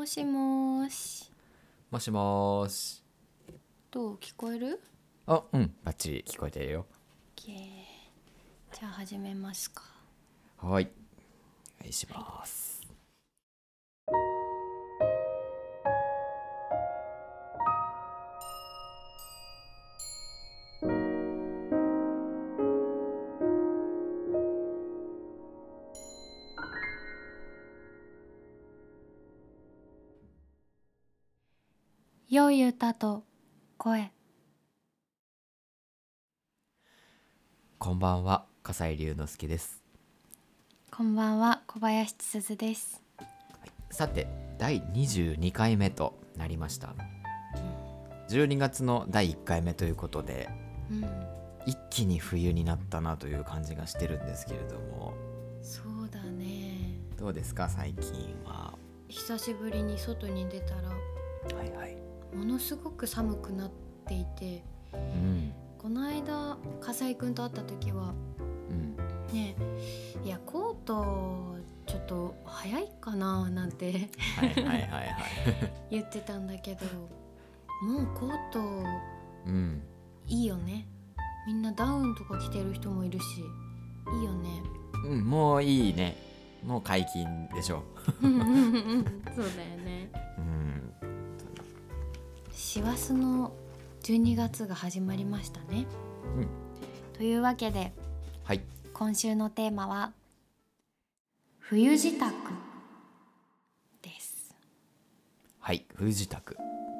もしもーし。 もしもーし。 どう聞こえる？ あ、うん、バッチリ聞こえてるよ。 じゃあ始めますか。 はい、お願いします。 良い歌と声。 こんばんは、笠井龍之介です。 こんばんは、小林千鈴です。 さて、第22回目となりました。12月の第1回目ということで、一気に冬になったなという感じがしてるんですけれども、 そうだね。 どうですか最近は。 久しぶりに外に出たらはいはい。 ものすごく寒くなっていて、この間笠井くんと会った時はねえ、いやコートちょっと早いかななんてはいはいはいはい。 言ってたんだけど、もうコートいいよね。みんなダウンとか着てる人もいるし、いいよね。 もういいね。もう解禁でしょそうだよね。 う。 師走の12月が始まりましたね。というわけで、 はい。 今週のテーマは冬支度です。 はい、冬支度。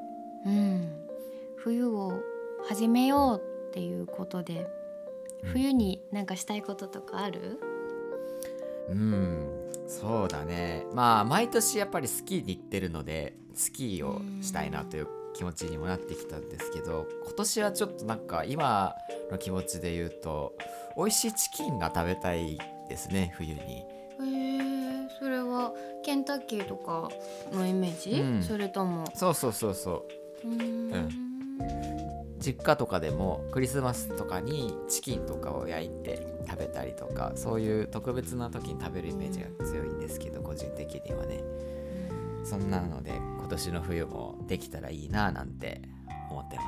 冬を始めようっていうことで、冬になんかしたいこととかある？ そうだね。まあ毎年やっぱりスキーに行ってるので、スキーをしたいなという気持ちにもなってきたんですけど、今年はちょっとなんか今の気持ちで言うと、美味しいチキンが食べたいですね、冬に。 それはケンタッキーとかのイメージ？それともそうそうそうそう。実家とかでもクリスマスとかにチキンとかを焼いて食べたりとか、そういう特別な時に食べるイメージが強いんですけど、個人的にはね。そんなので今年の冬もできたらいいななんて思ってます。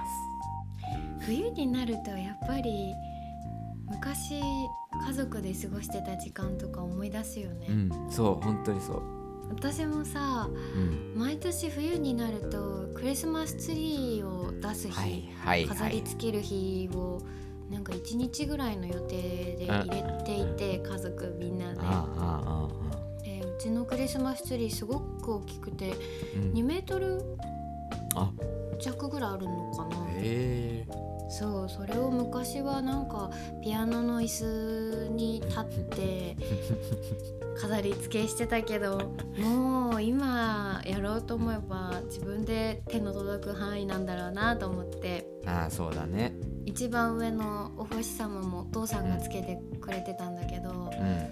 冬になるとやっぱり昔家族で過ごしてた時間とか思い出すよね。 そう本当にそう。 私もさ、毎年冬になるとクリスマスツリーを出す日、飾り付ける日をなんか1日ぐらいの予定で入れていて、家族みんなで。でうちのクリスマスツリーすごく大きくて、2メートル弱ぐらいあるのかな。そう、それを昔はなんかピアノの椅子に立って飾り付けしてたけど、もう今やろうと思えば自分で手の届く範囲なんだろうなと思って。 そうだね。 一番上のお星様もお父さんがつけてくれてたんだけど、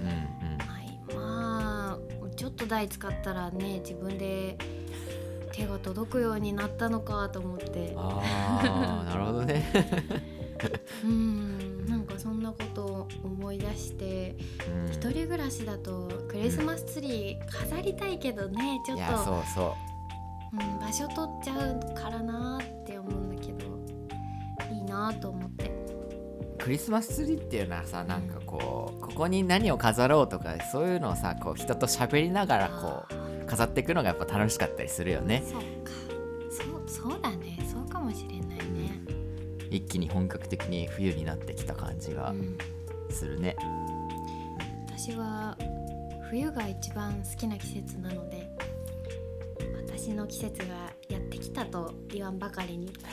今ちょっと台使ったらね、自分で手が届くようになったのかと思って。 なるほどね。 なんかそんなことを思い出して、一人暮らしだとクリスマスツリー飾りたいけどね、ちょっと場所取っちゃうからなって思うんだけど、いいなと思って。 クリスマスツリーっていうのはさ、なんかここに何を飾ろうとか、そういうのをさ、こう人と喋りながらこう飾っていくのがやっぱ楽しかったりするよね。 そうか、そうだね、そうかもしれないね。 一気に本格的に冬になってきた感じがするね。 私は冬が一番好きな季節なので、私の季節がやってきたと言わんばかりに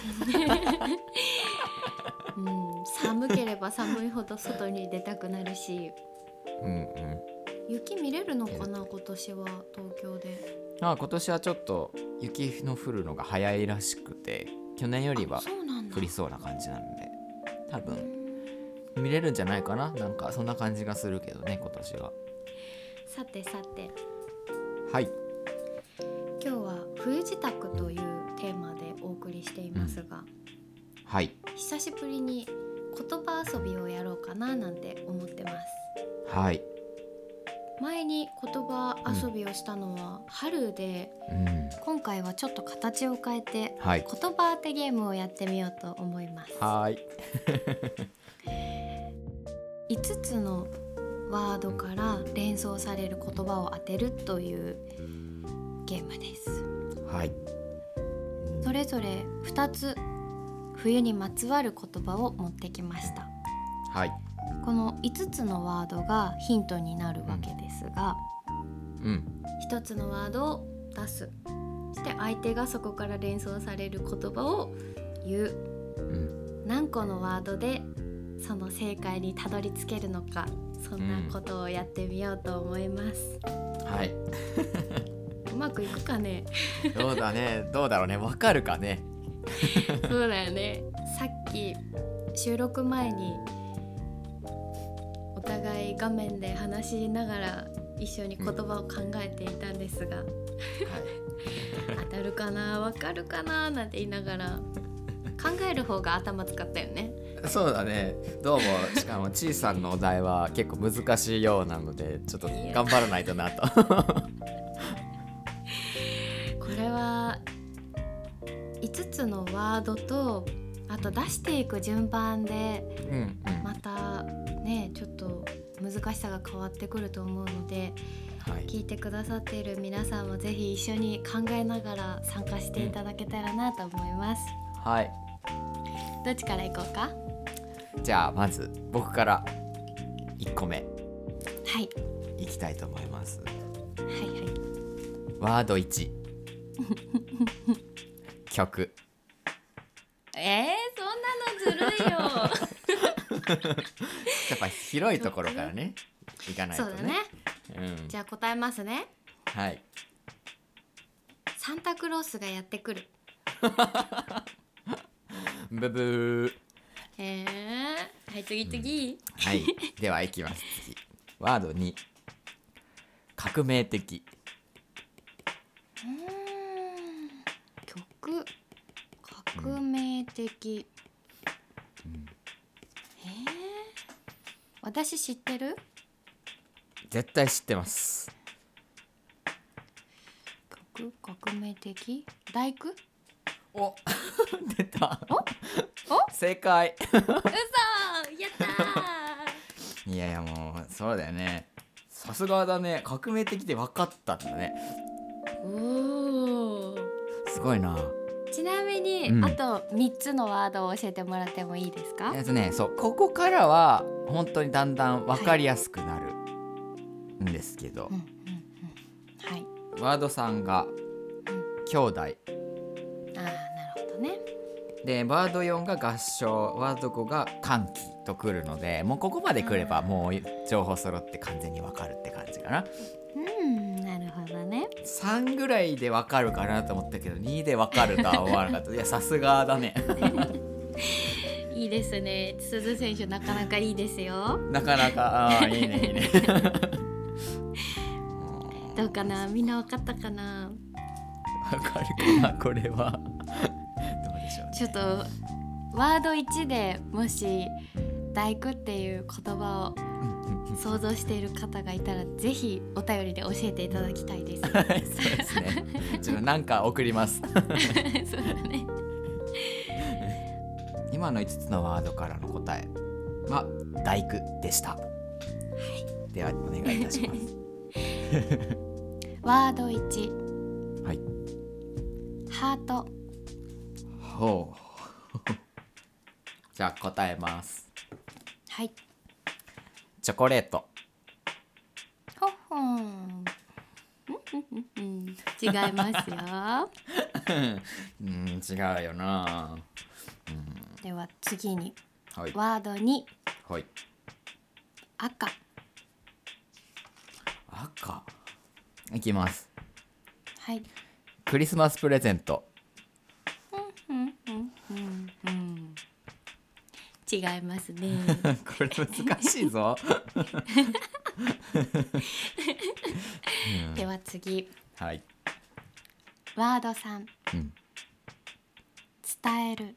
寒ければ寒いほど外に出たくなるし、雪見れるのかな今年は東京で。 今年はちょっと雪の降るのが早いらしくて、去年よりは降りそうな感じなので、多分見れるんじゃないかな。なんかそんな感じがするけどね、今年は。 さてはい、 今日は冬支度というテーマでお送りしていますが、久しぶりに言葉遊びをやろうかななんて思ってます。前に言葉遊びをしたのは春で、 今回はちょっと形を変えて、 はい、 言葉当てゲームをやってみようと思います。 はい。 5つのワードから連想される言葉を当てるというゲームです。 はい。 それぞれ2つ冬にまつわる言葉を持ってきました。 はい。 この5つのワードがヒントになるわけですが、1つのワードを出す。そして相手がそこから連想される言葉を言う。何個のワードでその正解にたどり着けるのか、そんなことをやってみようと思います。 はい。 うまくいくかね。 どうだね、どうだろうね、わかるかね。 そうだよね。さっき収録前にお互い画面で話しながら一緒に言葉を考えていたんですが、当たるかな、わかるかななんて言いながら考える方が頭使ったよね。 そうだね。どうも、しかもちいさんのお題は結構難しいようなので、ちょっと頑張らないとなと。 これは5つのワードと、あと出していく順番でまたね、ちょっと難しさが変わってくると思うので、聞いてくださっている皆さんもぜひ一緒に考えながら参加していただけたらなと思います。 はい。 どっちからいこうか。 じゃあまず僕から1個目いきたいと思います。ワード1。曲。 そんなのずるいよ。 やっぱ広いところからね、いかないとね。 そうだね。じゃあ答えますね。 はい。 サンタクロースがやってくる。 ブブー。 はい、次。 はい。では行きます。次。ワード2。革命的。 曲。革命的。私知ってる？ 絶対知ってます。 曲、革命的。大工？ お出た。 お正解。 嘘、やったー。いやもうそうだよね。さすがだね。革命的で分かったんだね。 おー、 すごいな。 ちなみに、あと3つのワードを教えてもらってもいいですか？ そうここからは本当にだんだん分かりやすくなるんですけど、ワード3が兄弟。 なるほどね。 でワード4が合唱、ワード5が歓喜とくるので、もうここまで来ればもう情報揃って完全に分かるって感じかな。 なるほどね。 3ぐらいで分かるかなと思ったけど2で分かるとは思わなかった。いやさすがだね。 いいですね。鈴選手なかなかいいですよ。 なかなかいいね。 どうかな、みんな分かったかな。 分かるかなこれは。どうでしょうね。 ちょっとワード1でもし大工っていう言葉を想像している方がいたらぜひお便りで教えていただきたいです。 そうですね。ちょっとなんか送ります。 そうだね。 今の5つのワードからの答えは大工でした。ではお願いいたします。 ワード1。ハート。 ほう。じゃあ答えます。チョコレート。 ほほん。違いますよ。 違うよな。 では次に、 ワード2。赤。 赤いきます。クリスマスプレゼント。 違いますね。 これ難しいぞ。 では次、 はいワード3。伝える。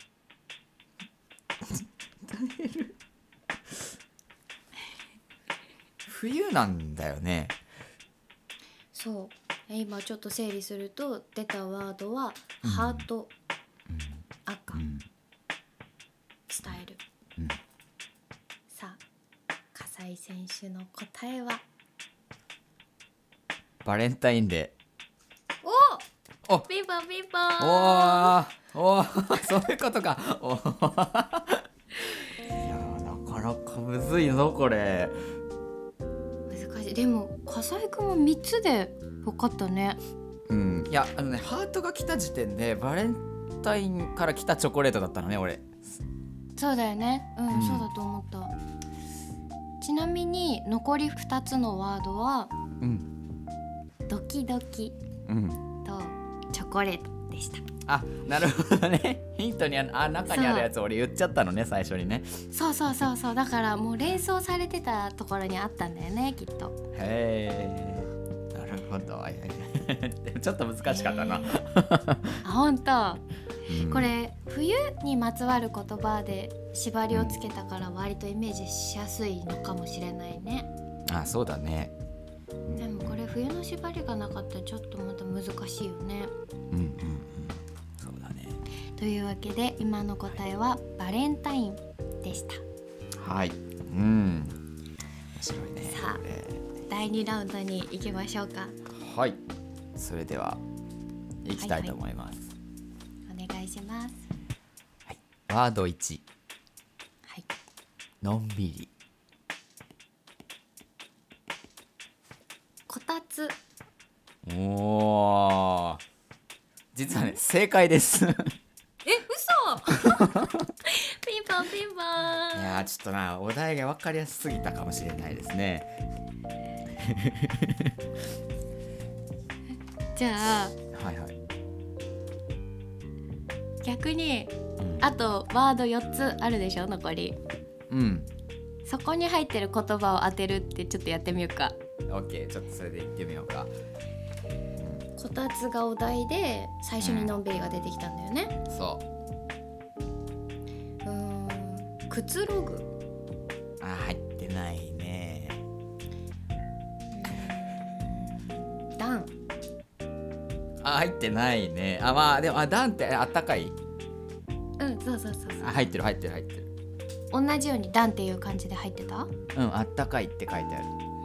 冬なんだよね。 そう、 今ちょっと整理すると出たワードは、ハート、赤、伝える、さあ笠井選手の答えはバレンタインデおおピンポンピンポン。 おそういうことか。いやなかなかむずいぞこれ。 難しい。でも笠井くんも3つで分かったね。 いやハートが来た時点でバレンタインから来たチョコレートだったのね俺。 そうだよね。そうだと思った。ちなみに残り2つのワードは、ドキドキとチョコレートでした。 あ、なるほどね。ヒントに中にあるやつ俺言っちゃったのね最初にね。 そうだからもう連想されてたところにあったんだよねきっと。 へえ、なるほど。ちょっと難しかったな。 本当。これ冬にまつわる言葉で縛りをつけたから割とイメージしやすいのかもしれないね。 あ、そうだね。 でもこれ冬の縛りがなかったらちょっとまた難しいよね。 そうだね。 というわけで今の答えはバレンタインでした。 はい。面白いね。 さあ、第2ラウンドに行きましょうか。 はい。それでは行きたいと思います。 お願いします。 はい。ワード1。 はい。 のんびり。 こたつ。 おー、実はね正解です。 嘘。ピンポンピンポン。 いやちょっとな、お題が分かりやすすぎたかもしれないですね。 じゃあはいはい。 逆に、あとワード4つあるでしょ残り。そこに入ってる言葉を当てるってちょっとやってみようか。 オッケー、ちょっとそれで言ってみようか。 こたつがお題で最初にのんびりが出てきたんだよね。 そう。 くつろぐ。 入ってないね。 暖。 入ってないね。まあでも暖ってあったかい。 そう。 入ってる。 同じように暖っていう感じで入ってた。 あったかいって書いてある。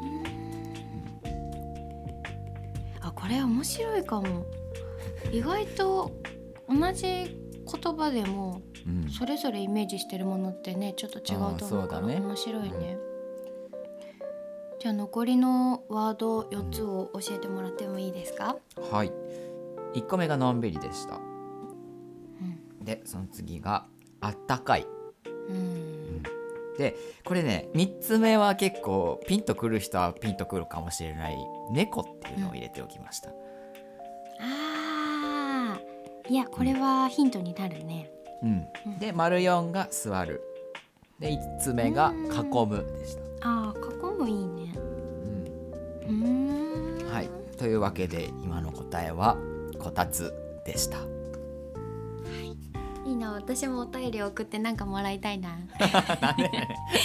これ面白いかも。意外と同じ言葉でもそれぞれイメージしてるものってねちょっと違うと思うから面白いね。じゃあ残りのワード4つを教えてもらってもいいですか？ はい。1個目がのんびりでした。でその次があったかい。でこれね3つ目は結構ピンとくる人はピンとくるかもしれない猫っていうのを入れておきました。 いやこれはヒントになるね。 で丸4が座る。で5つ目が囲むでした。 囲むいいね。 はい。というわけで今の答えはこたつでした。 いいな、私もお便り送ってなんかもらいたいな。 なんで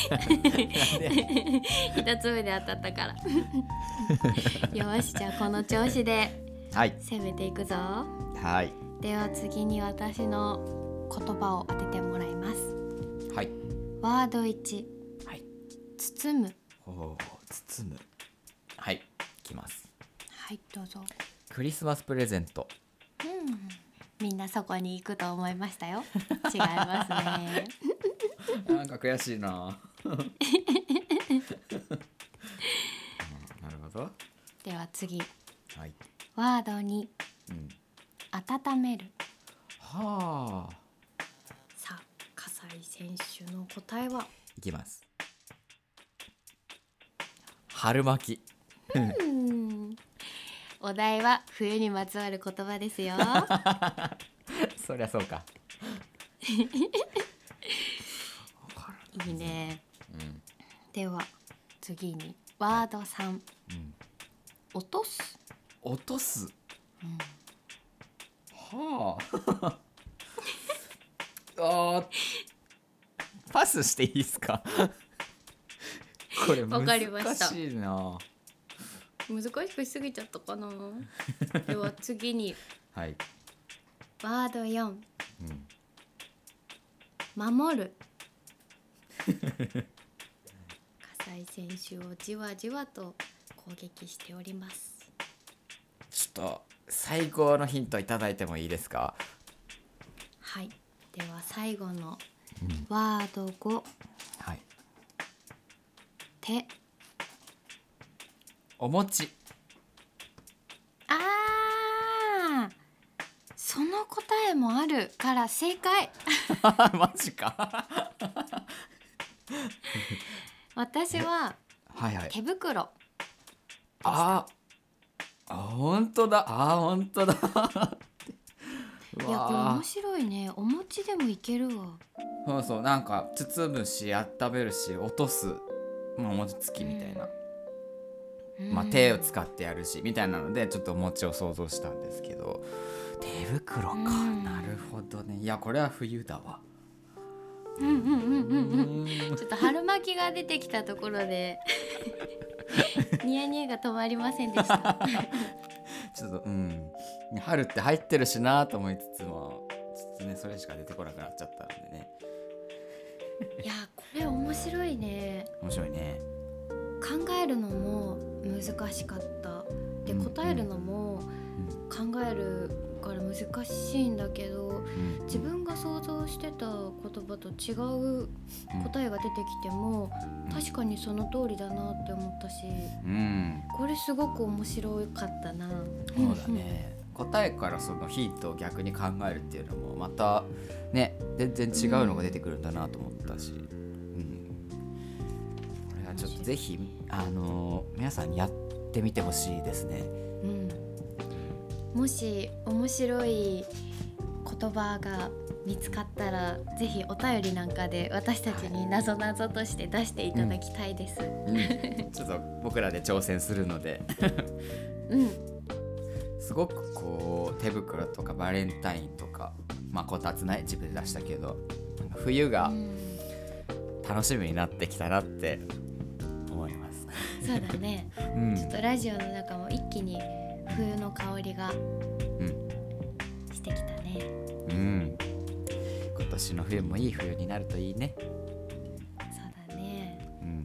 一つ目で当たったから。よし、じゃあこの調子で攻めていくぞ。 はい。 では次に私の言葉を当ててもらいます。 はい。 ワード1。 はい。 包む。 包む。はい。いきます。 はい、どうぞ。 クリスマスプレゼント。 みんなそこに行くと思いましたよ。違いますね。 なんか悔しいな。なるほど。 では次。 はい。 ワード2。温める。 はあ。 さあ、笠井選手の答えはいきます。春巻き。 お題は冬にまつわる言葉ですよ。 そりゃそうか。 いいね。では次にワード3。落とす。 落とす。はあ。パスしていいですか？これ難しいな。 難しくしすぎちゃったかな。では次に、 はい、 ワード4、守る。葛西選手をじわじわと攻撃しております。 ちょっと最後のヒントいただいてもいいですか？ はい、では最後のワード5、 はい、 手。 お餅。 その答えもあるから正解。 マジか。 私ははいはい、 手袋。 本当だ。本当だ。 いやこれ面白いね。お餅でもいけるわ。 そうそう、なんか包むし温めるし落とす、お餅つきみたいな、手を使ってやるしみたいなので、ちょっとお餅を想像したんですけど、手袋か、なるほどね。いやこれは冬だわ。 ちょっと春巻きが出てきたところでニヤニヤが止まりませんでした。 ちょっと春って入ってるしなと思いつつも、ちょっとねそれしか出てこなくなっちゃったのでね。 いやこれ面白いね。 面白いね。 考えるのも難しかった。で答えるのも考えるから難しいんだけど、自分が想像してた言葉と違う答えが出てきても、確かにその通りだなって思ったし、これすごく面白かったな。 そうだね。答えからそのヒントを逆に考えるっていうのもまたね、全然違うのが出てくるんだなと思ったし、これはちょっとぜひ皆さんにやってみてほしいですね。 もし面白い言葉が見つかったら、ぜひお便りなんかで私たちになぞなぞとして出していただきたいです。ちょっと僕らで挑戦するので、すごくこう手袋とかバレンタインとか、こたつない自分で出したけど、冬が楽しみになってきたなって思います。 そうだね、ちょっとラジオの中も一気に冬の香りがしてきたね。 今年の冬もいい冬になるといいね。 そうだね。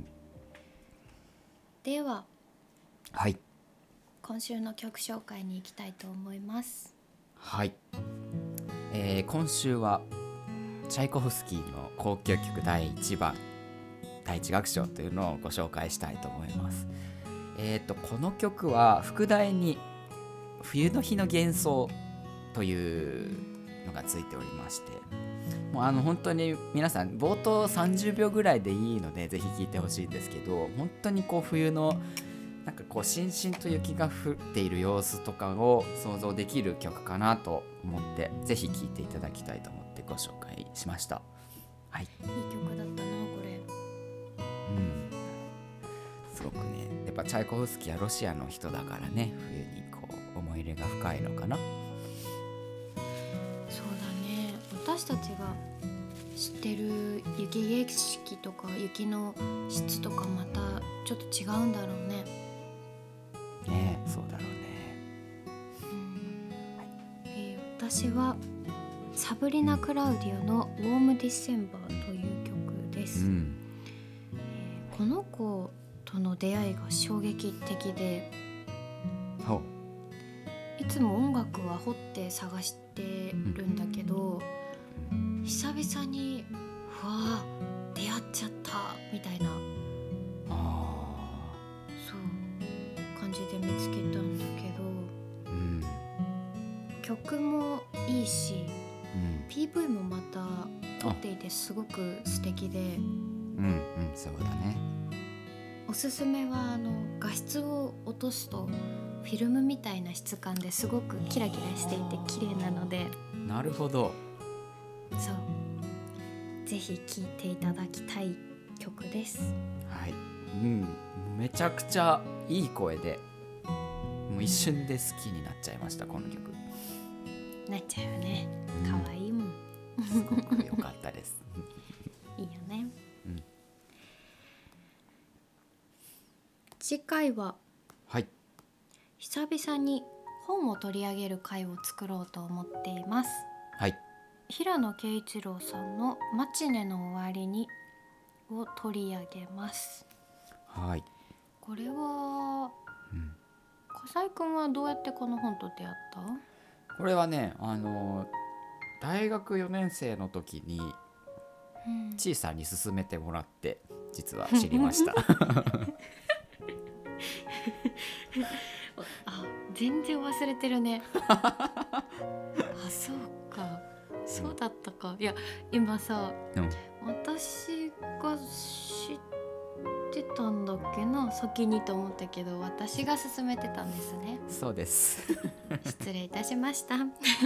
では、 はい、 今週の曲紹介に行きたいと思います。 はい、今週はチャイコフスキーの交響曲第1番第1楽章というのをご紹介したいと思います。この曲は副題に冬の日の幻想というのがついておりまして、もう本当に皆さん冒頭30秒ぐらいでいいのでぜひ聴いてほしいんですけど、本当にこう冬のなんかこうしんしんと雪が降っている様子とかを想像できる曲かなと思って、ぜひ聴いていただきたいと思ってご紹介しました。はい、いい曲だったなこれ。 すごくね、やっぱチャイコフスキーはロシアの人だからね、冬にこう思い入れが深いのかな。 そうだね、私たちが知ってる雪景色とか雪の質とかまたちょっと違うんだろうね。 ねえ、そうだろうね。 私はサブリナ・クラウディオのウォーム・ディセンバーという曲です。この子との出会いが衝撃的で、いつも音楽は掘って探してるんだけど、久々にうわ出会っちゃったみたいなそう感じで見つけたんだけど、曲もいいし、PV もまた撮っていてすごく素敵で、 そうだね。 おすすめは画質を落とすとフィルムみたいな質感ですごくキラキラしていて綺麗なので。 なるほど。 そうぜひ聴いていただきたい曲です。 はい、めちゃくちゃいい声で、もう一瞬で好きになっちゃいました。この曲なっちゃうよね。可愛いもん。 すごく良かったですいいよね。次回は、 はい、 久々に本を取り上げる会を作ろうと思っています。 はい。 平野啓一郎さんのマチネの終わりにを取り上げます。 はい。 これは、笠井くんはどうやってこの本と出会った？ これはね、大学4年生の時にちいさんに勧めてもらって実は知りましたあ、全然忘れてるねあ、そうか、そうだったか。いや今さ、私が知ってたんだっけな、先にと思ったけど私が勧めてたんですね。 そうです失礼いたしました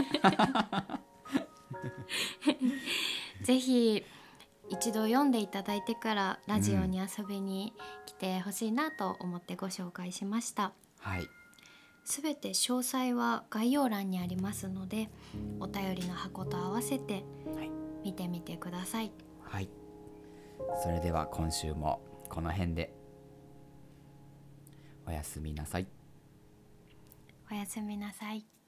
ぜひ一度読んでいただいてからラジオに遊びに来てほしいなと思ってご紹介しました。 はい。 すべて詳細は概要欄にありますので、お便りの箱と合わせて見てみてください。 はい。それでは今週もこの辺でおやすみなさい。 おやすみなさい。